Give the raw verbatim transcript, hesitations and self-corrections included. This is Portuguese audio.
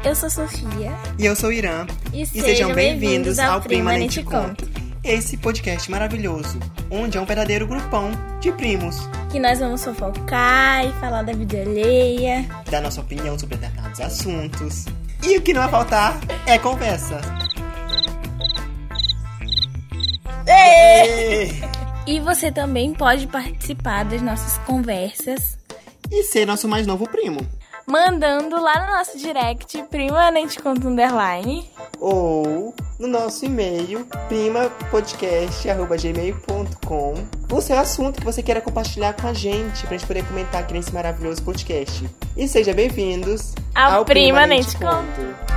Eu sou Sofia. E eu sou Irã. E, e sejam, sejam bem-vindos, bem-vindos ao, ao Prima Prima Nem Nem Te Te Conto. Conto. Esse podcast maravilhoso, onde é um verdadeiro grupão de primos. Que nós vamos fofocar e falar da vida alheia. Dar nossa opinião sobre determinados assuntos. E o que não vai faltar é conversa. Ei! E você também pode participar das nossas conversas. E ser nosso mais novo primo. Mandando lá no nosso direct, Prima Nem Te Conto Underline. Ou no nosso e-mail, primapodcast arroba gmail ponto com. O seu assunto que você queira compartilhar com a gente, pra gente poder comentar aqui nesse maravilhoso podcast. E sejam bem-vindos ao, ao Prima, Prima Nem Te Conto. Conto.